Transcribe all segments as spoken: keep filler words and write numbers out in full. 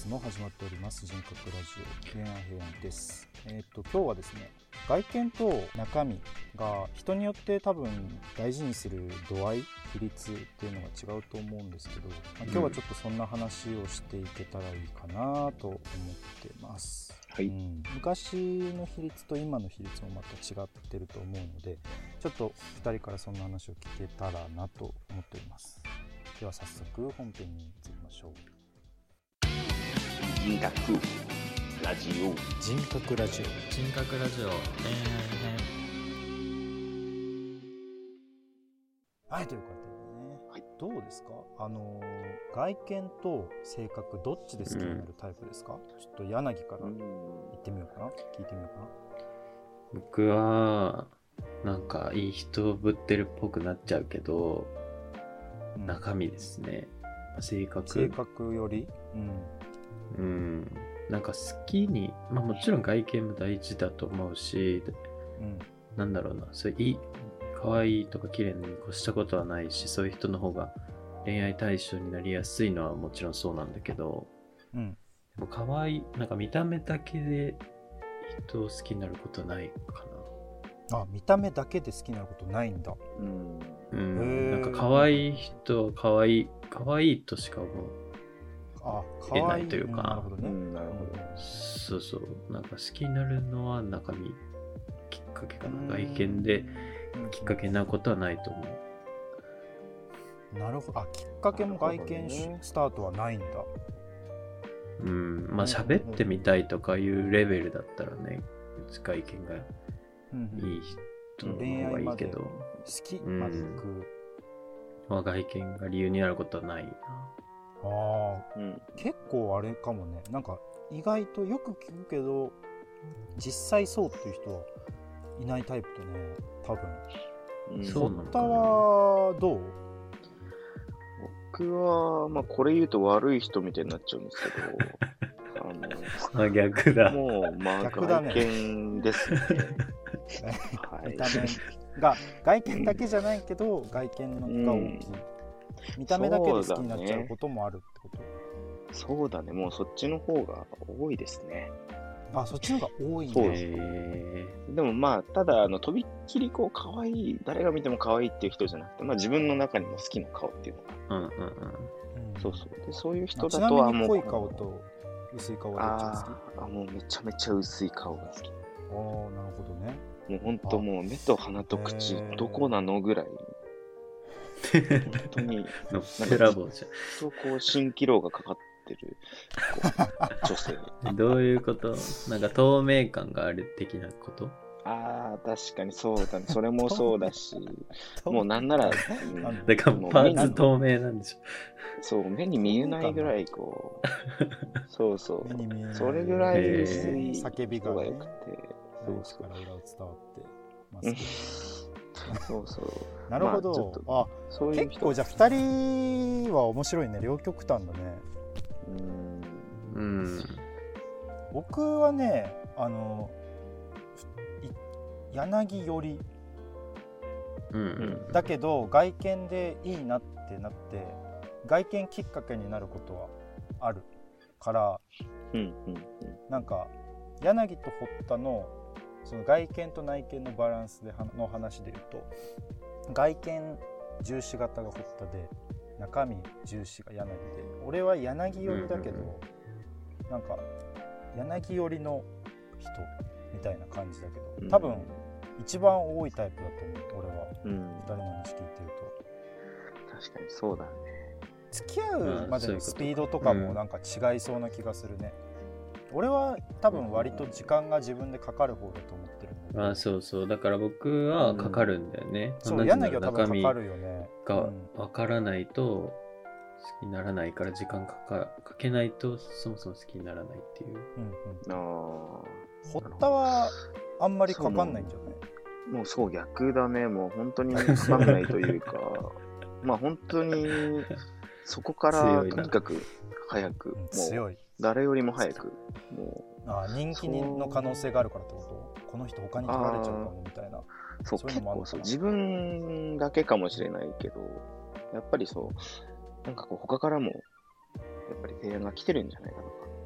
つも始まっております人格ラジオ恋愛平安です。えっと今日はですね、外見と中身が人によって多分大事にする度合い比率っていうのが違うと思うんですけど、まあ、今日はちょっとそんな話をしていけたらいいかなと思ってます。 はい、 うん、昔の比率と今の比率もまた違ってると思うので、ちょっとふたりからそんな話を聞けたらなと思っております。では早速本編に移りましょう。 人格ラジオ人格ラジオ人格ラジオ恋愛編。 はい、ということでね、 はい、 どうですか、あのー、外見と性格どっちで好きになるタイプですか？うん、ちょっと柳から言ってみようかな、聞いてみようかな。 僕はなんかいい人ぶってるっぽくなっちゃうけど、うん、中身ですね。性格性格よりうん、うん、なんか好きに、まあもちろん外見も大事だと思うし、うん、なんだろうな、それいい可愛いとか綺麗に越したことはないし、そういう人の方が恋愛対象になりやすいのはもちろんそうなんだけど、うん、でも可愛い、なんか見た目だけで人を好きになることはないかな。あ、見た目だけで好きになることないんだ。 うん、うん、なんか可愛い人は可愛い可愛いとしか思う。 あ、 可愛いえないというか、 なるほどね、うん、 なるほど。そうそう、なんか好きになるのは中身きっかけかな。外見できっかけになることはないと思う。なるほど。あ、きっかけも外見、ね、スタートはないんだ。 うん、まあ喋ってみたいとかいうレベルだったらね、外見がいい人の方がいいけど、 好きまでいく、 うん、外見が理由になることはないな。 ああ、うん、結構あれかもね。なんか意外とよく聞くけど実際そうっていう人はいないタイプとね、多分。 うん、そうなのかな。 堀田はどう？ 僕はまあこれ言うと悪い人みたいになっちゃうんですけどあのあ逆だ。 もうまあ外見ですね。 はい、見た目が外見だけじゃないけど、うん、外見のが大きい、うん、見た目だけで好きになっちゃうこともあるってこと？ そうだね、もうそっちの方が多いですね。 あ、そっちの方が多いね。 そうです。でもまあ、ただ、あの、とびっきりこう、可愛い、誰が見ても可愛いっていう人じゃなくて、まあ自分の中にも好きな顔っていうのが。うんうんうん。そうそう。で、そういう人だとはもう。 ちなみに濃い顔と薄い顔はどっちが好き？ ああ、もうめちゃめちゃ薄い顔が好き。 ああ、なるほどね。 もうほんともう目と鼻と口、どこなのぐらい。本当に、 のっぺらぼうじゃん。 そうこう、蜃気楼がかかってる女性。 どういうこと？なんか透明感がある的なこと？ ああ、確かにそうだね。それもそうだし、もうなんなら、 うん、だからパーツ透明なんでしょ。 そう、目に見えないぐらいこう、そうそう、それぐらい薄い叫びが良くて、 そうそうから裏を伝わってますけど。 そうそう。 なるほど。まあ、あ、そういう結構じゃあふたりは面白いね。両極端だね。 うん。うん。 僕はね、あの柳寄り、うんうん、だけど外見でいいなってなって外見きっかけになることはあるから、うんうんうん、なんか柳と堀田のその外見と内見のバランスでの話でいうと、外見重視型が堀田で中身重視が柳で、俺は柳寄りだけど、うんうん、なんか柳寄りの人みたいな感じだけど、多分一番多いタイプだと思う俺は、うん、ふたりの話聞いてると。確かにそうだね。 付き合うまでのスピードとかもなんか違いそうな気がするね。俺は多分割と時間が自分でかかる方だと思ってる、 うん、あ、そうそう、だから僕はかかるんだよね、 うん、そう、柳は多分かかるよね。 が分からないと好きにならないから、時間かか、かけないとそもそも好きにならないっていう、うんうん、 あ堀田はあんまりかかんないんじゃない？ もうそう逆だね。もう本当にかかんないというかまあ本当にそこからとにかく早く、もう誰よりも早く、もうあ人気の可能性があるからってこと？この人他に取られちゃうかもみたいな。 そう、そういうのもある結構そう、自分だけかもしれないけど、やっぱりそうなんかこう他からもやっぱり提案が来てるんじゃないかな。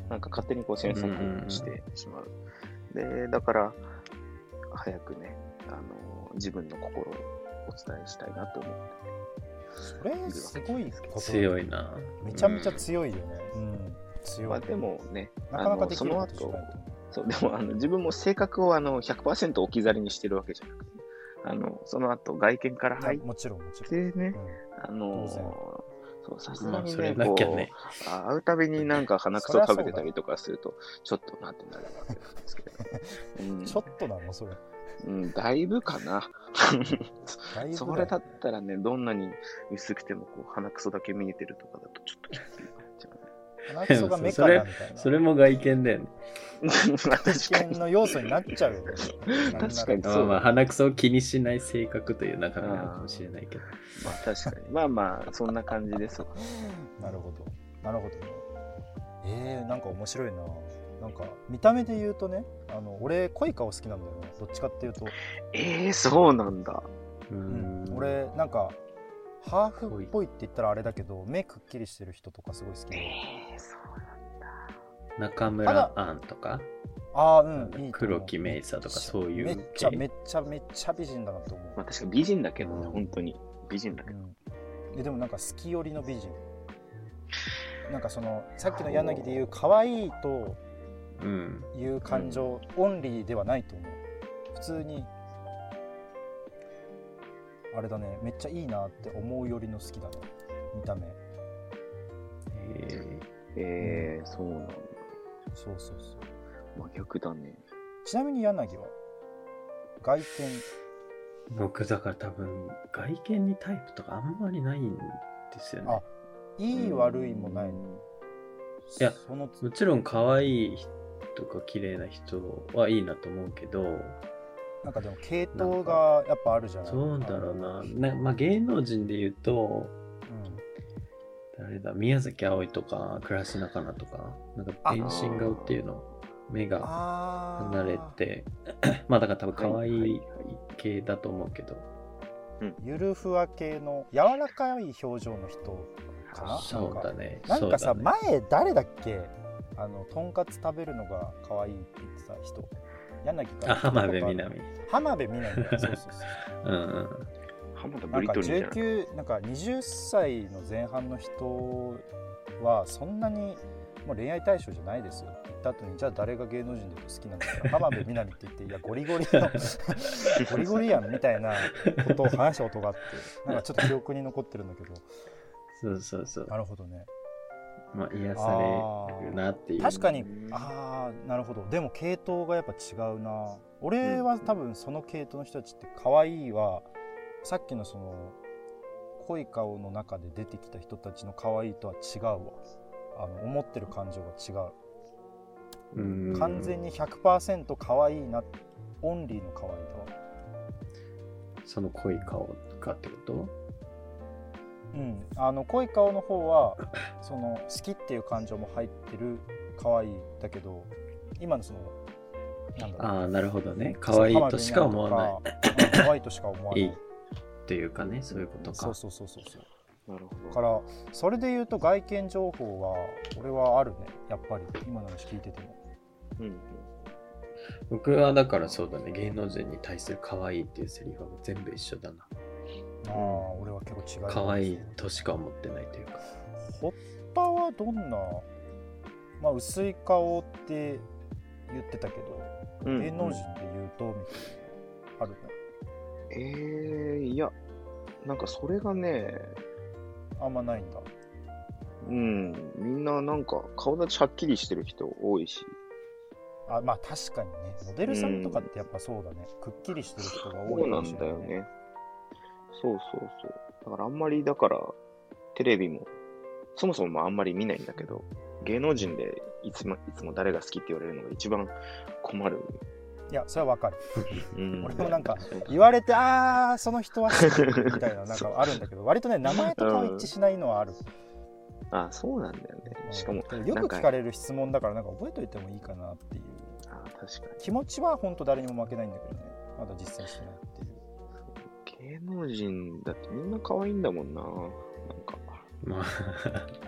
なんか勝手にこう詮索してしまう。うんうん、で、だから、早くね、あの、自分の心をお伝えしたいなと思って。 それすごいこと。 強いな。 めちゃめちゃ強いよね。うん。強い。 まあでもね、 なかなかできることじゃないと思う。 そうでもあの自分も性格をあの ひゃくパーセント 置き去りにしてるわけじゃなくて、あのその後外見から入ってね、 もちろんもちろん、うん、 あのそうさすがにね、 ね、こうね会うたびになんか鼻くそ食べてたりとかするとちょっとなってなるわけなんですけど、 うん、ちょっとなのそれ。 うん、だいぶかな。それだったらね、どんなに薄くてもこう鼻くそだけ見えてるとかだとちょっときつい。 鼻くそがメカだみたいな。 それも外見だよね。 外見の要素になっちゃうよね。 確かにそう。まあまあ鼻くそを気にしない性格という中身なのかもしれないけど。 まあ確かに。まあまあそんな感じですわ。 なるほど。なるほどね。えー、なんか面白いな。なんか見た目で言うとね、あの俺濃い顔好きなんだよね。どっちかっていうと。 えー、そうなんだ。 うん。俺なんか。ハーフっぽいって言ったらあれだけど、目くっきりしてる人とかすごい好きで。 えー、そうなんだ。 中村アンとか、 ああ、うん、いい。 黒木メイサとかそういう。 めっちゃめっちゃめっちゃ美人だなと思う。 まあ確かに美人だけどね、うん、本当に美人だけど。 うん、でもなんか好き寄りの美人。なんかそのさっきの柳で言う可愛いという感情、うん、オンリーではないと思う。普通に。あれだね、めっちゃいいなって思うよりの好きだね、見た目。 えー、えー、そうなんだ。 そうそうそう。 真逆だね。 ちなみに柳は外見。 僕だから多分外見にタイプとかあんまりないんですよね。 あ、いい悪いもないの。 いや、そのもちろん可愛い人とか綺麗な人はいいなと思うけど。 なんかでも系統がやっぱあるじゃない。 そうだろうな。なまあ、芸能人で言うと、うん、誰だ、宮崎あおいとか倉科カナとか、なんか変身顔っていうの、目が離れて、まあだから多分可愛い系だと思うけど、 はいはい、ゆるふわ系の柔らかい表情の人かな。 そうだね。 なんかさ、 ね、 前誰だっけ、あのとんかつ食べるのが可愛いって言ってた人。柳あ、浜辺美波。 浜辺美波。そうそうそう。 うんうん。 浜辺ブリトニーじゃない。 なんかじゅうきゅう、なんかはたちの前半の人はそんなにもう恋愛対象じゃないですよって言った後に、じゃあ誰が芸能人で好きなんだから浜辺美波って言って、いやゴリゴリのゴリゴリやんみたいなことを話したことがあって、なんかちょっと記憶に残ってるんだけど。 そうそうそう。 なるほどね。 まあ、癒されるなっていう。 確かに、ああ、なるほど。でも系統がやっぱ違うな。俺は多分その系統の人たちって可愛いは、さっきのその濃い顔の中で出てきた人たちの可愛いとは違うわ。あの思ってる感情が違う。うん、完全に ひゃくパーセント 可愛いな、オンリーの可愛いだわ。 その濃い顔かってこと？ うん、あの濃い顔の方はその好きっていう感情も入ってる可愛いだけど、今のそのなんだろう、ああなるほどね、可愛いとしか思わない、 可愛いとしか思わないいいっていうかね、そういうことか。 そうそうそうそうそう。 なるほど。 からそれで言うと外見情報は俺はあるね、やっぱり今の話聞いてても。うん、 僕はだからそうだね、芸能人に対する可愛いっていうセリフは全部一緒だな。 ああ、俺は結構違う。 可愛いとしか思ってないというか。 堀田はどんな、まあ薄い顔って言ってたけど、うん、芸能人で言うとみたいなあるの？ えー、いや、なんかそれがね、 あんまないんだ。 うん、みんななんか顔立ちはっきりしてる人多いし。 あ、まあ確かにね、モデルさんとかってやっぱそうだね、うん、くっきりしてる人が多いかもしれないね。そうなんだよね。そうそうそう。だからあんまりだからテレビもそもそもあんまり見ないんだけど、芸能人でいつもいつも誰が好きって言われるのが一番困る。 いや、それはわかる。うん、俺もなんか言われて、ああその人は好きみたいななんかあるんだけど、割とね名前と顔一致しないのはある。 うん、あ、そうなんだよね。しかもよく聞かれる質問だからなんか覚えといてもいいかなっていう。 あ、確かに。 気持ちは本当誰にも負けないんだけどね。まだ実践してないっていう。 芸能人だってみんな可愛いんだもんな。なんか。 まあ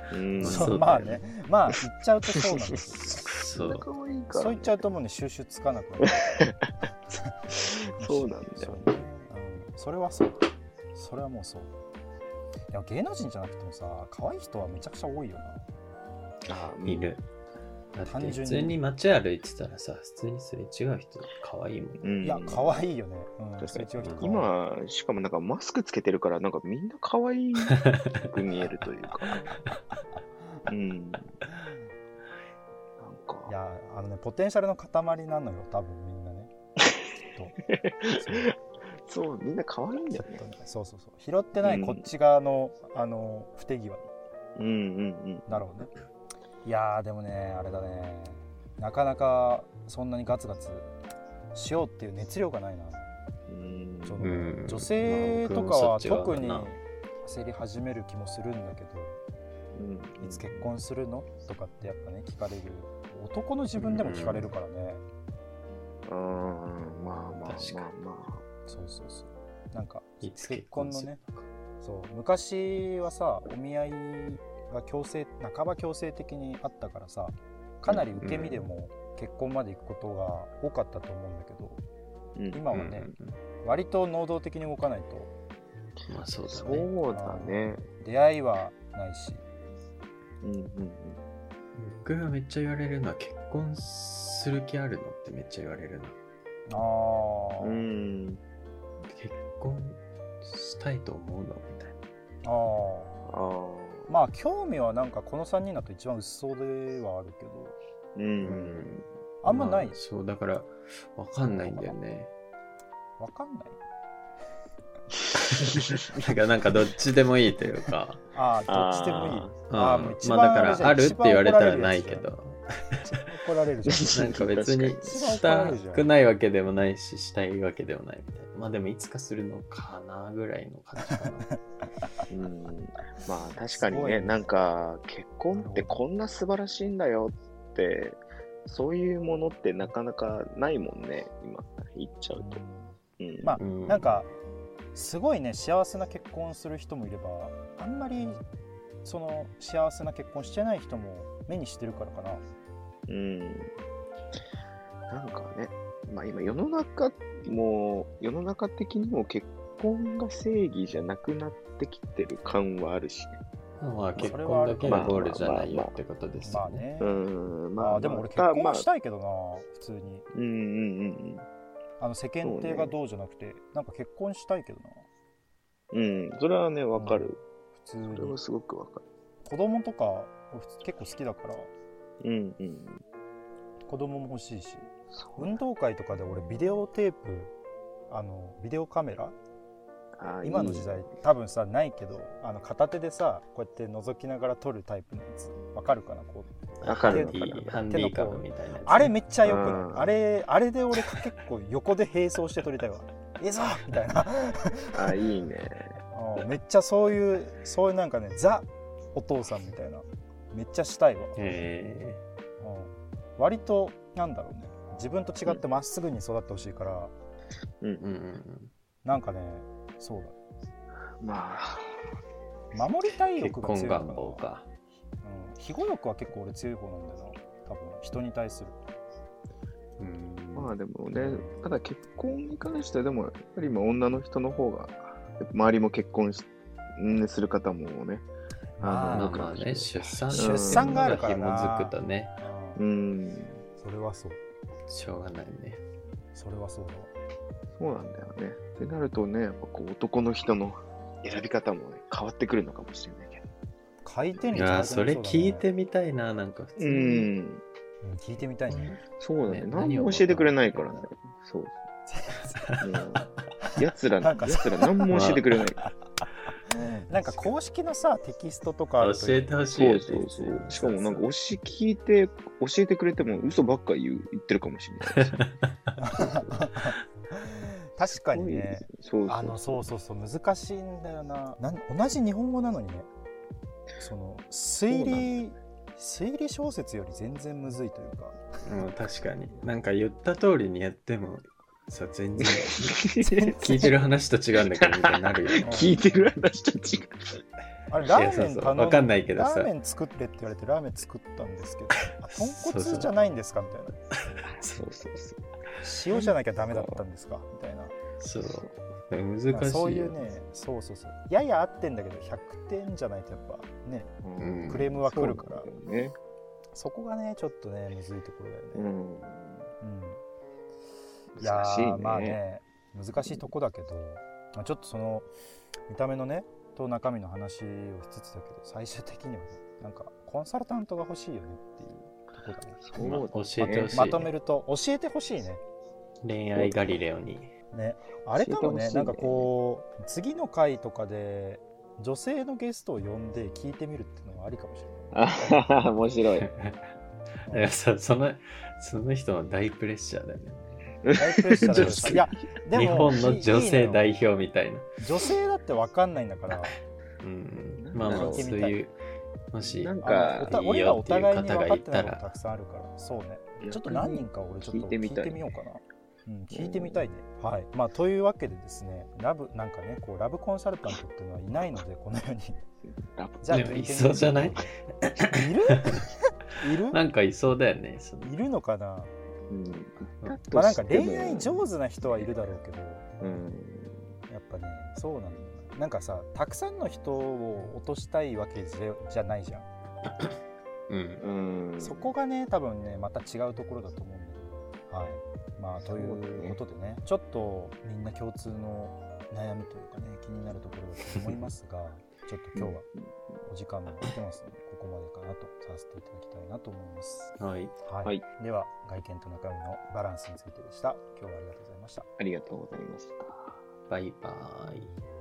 うんそうまあね、まあ言っちゃうとそうなんですよ。 そうそう言っちゃうともうね収集つかなくなる。 そうなんだよ、 うん。それはそう。それはもうそう。いや芸能人じゃなくてもさ、可愛い人はめちゃくちゃ多いよな。 あいる。だって普通に街歩いてたらさ、普通にすれ違う人可愛いもん、 うん、 いや可愛いよね、うん、 すれ違う人今しかもなんかマスクつけてるからなんかみんな可愛く見えるというかうんなんかいやあのねポテンシャルの塊なのよ多分みんなねそうそうみんな可愛いんだよね。 そうそうそう拾ってないこっち側の、うん、あの不手際うんうんうんだろうね。いやーでもねあれだねなかなかそんなにガツガツしようっていう熱量がないな。うんその女性とかは特に焦り始める気もするんだけど、うん、いつ結婚するのとかってやっぱね聞かれる。男の自分でも聞かれるからね。 うん、うんまあまあまあまあそうそうそうなんかいつ結婚のねそう昔はさお見合いが強制半ば強制的にあったからさかなり受け身でも結婚まで行くことが多かったと思うんだけど、うん、今はね、うん、割と能動的に動かないと、 まあそうだね、 そうだね出会いはないし、 うんうんうん、僕がめっちゃ言われるのは結婚する気あるのってめっちゃ言われるなあ、 うん、 結婚したいと思うのみたいなああまあ興味はなんかこのさんにんだと一番薄そうではあるけど、 うん、 あんまない、 まあ、そうだから分かんないんだよね。 分かんないなんかなんかどっちでもいいというかああどっちでもいいああ、まあだからあるって言われたらないけど怒られるじゃんなんか別にしたくないわけでもないししたいわけでもないみたいな。まあでもいつかするのかなぐらいの感じかなうんまあ確かにねなんか結婚ってこんな素晴らしいんだよってそういうものってなかなかないもんね今言っちゃうと、 うんうん、まあ、うん、なんかすごいね幸せな結婚する人もいればあんまりその幸せな結婚してない人も目にしてるからかな。 うんなんかねまあ今世の中もう世の中的にも結婚が正義じゃなくなってきてる感はあるしね。 まあ結婚だけのゴールじゃないよってことですよね。 まあうんまあでも俺結婚したいけどな、まあ、普通に。 うんうんうんあの世間体がどうじゃなくて、ね、なんか結婚したいけどな。 うんそれはねわかる、うん、 普通に。 それはすごくわかる。 子供とか結構好きだから。 うんうん。 子供も欲しいし。運動会とかで俺ビデオテープあのビデオカメラあ今の時代いい多分さないけどあの片手でさこうやって覗きながら撮るタイプのやつわかるかなこうわかるハンディカムみたいなやつ、ね、 あれめっちゃよくないあれあれで俺結構横で並走して撮りたいわいいぞみたいなあいいねめっちゃそういうそういうなんかねザお父さんみたいなめっちゃしたいわへー、うん、割となんだろうね自分と違ってまっすぐに育ってほしいから、 うんうんうん、 なんかねそうだまあ守りたい欲が強い結婚願望か、 うん、庇護欲は結構俺強い方なんだよな多分人に対するうんまあでもねただ結婚に関してはでもやっぱり今女の人の方が周りも結婚し、ん、する方もねああまあね出産出産があるから紐づくとねうんそれはそうしょうがないねそれはそうだわそうなんだよねってなるとねやっぱこう男の人の選び方も、ね、変わってくるのかもしれないけど回転率いやそれ聞いてみたいななんか普通に、 うん、 聞いてみたいねそうだね何も教えてくれないからねそうやつらやつら何も教えてくれないからなんか公式のさテキストとかあると教えてほしいよ、ね、 そうそうそうしかもなんか教え聞いて教えてくれても嘘ばっか言う言ってるかもしれない確かにねそうそうそうあのそうそうそう難しいんだよななん同じ日本語なのにねその推理推理小説より全然むずいというかうん確かになんか言った通りにやってもさ全然聞いてる話と違うんだけどみたいになるよね聞いてる話と違うあれラーメン頼んわかんないけどさ、 ラーメン作ってって言われてラーメン作ったんですけど、あ豚骨じゃないんですかみたいな。 そうそうそう。 塩じゃなきゃダメだったんですかみたいな。 そう。難しい。 そういうね、そうそうそう。やや合ってんだけどひゃくてんじゃないとやっぱね、うん、クレームは来るから。そ, ね、そこがねちょっとねむずいところだよね。うん。うん、いやー、ね、まあね難しいとこだけど、まあ、ちょっとその見た目のねと中身の話をしつつだけど、最終的にはねなんかコンサルタントが欲しいよねっていうとこだね。 まあ、教えてほしい、ね、 まとめると教えてほしいね。 恋愛ガリレオにね、あれかも ね, ねなんかこう次の回とかで女性のゲストを呼んで聞いてみるっていうのはありかもしれない。面白い。 いや そ, そ, のその人の大プレッシャーだよね。 大プレッシャーだよいやでも日本の女性代表みたいな。 女性だって分かんないんだから。 うん、まあまあそういうもしなんかいいよっていう方がいたらたくさんあるから、そうね。ちょっと何人か俺ちょっと聞いてみようかな。うん、聞いてみたいね。はい。まあというわけでですね、ラブなんかねこうラブコンサルタントっていうのはいないのでこの世に。 じゃあいそうじゃない？いる？いる？ なんかいそうだよね。 いるのかな。うん。まあなんか恋愛上手な人はいるだろうけど、うん、やっぱねそうなんだよ。なんかさたくさんの人を落としたいわけじ ゃ, じゃないじゃん。うん。そこがね多分ねまた違うところだと思うんだけど、はい。まあということでね、ちょっとみんな共通の悩みというかね気になるところだと思いますがちょっと今日はお時間も来てますのでここまでかなとさせていただきたいなと思います。 はい、 はいはい、では外見と中身のバランスについてでした。今日はありがとうございました。 ありがとうございました。 バイバイ。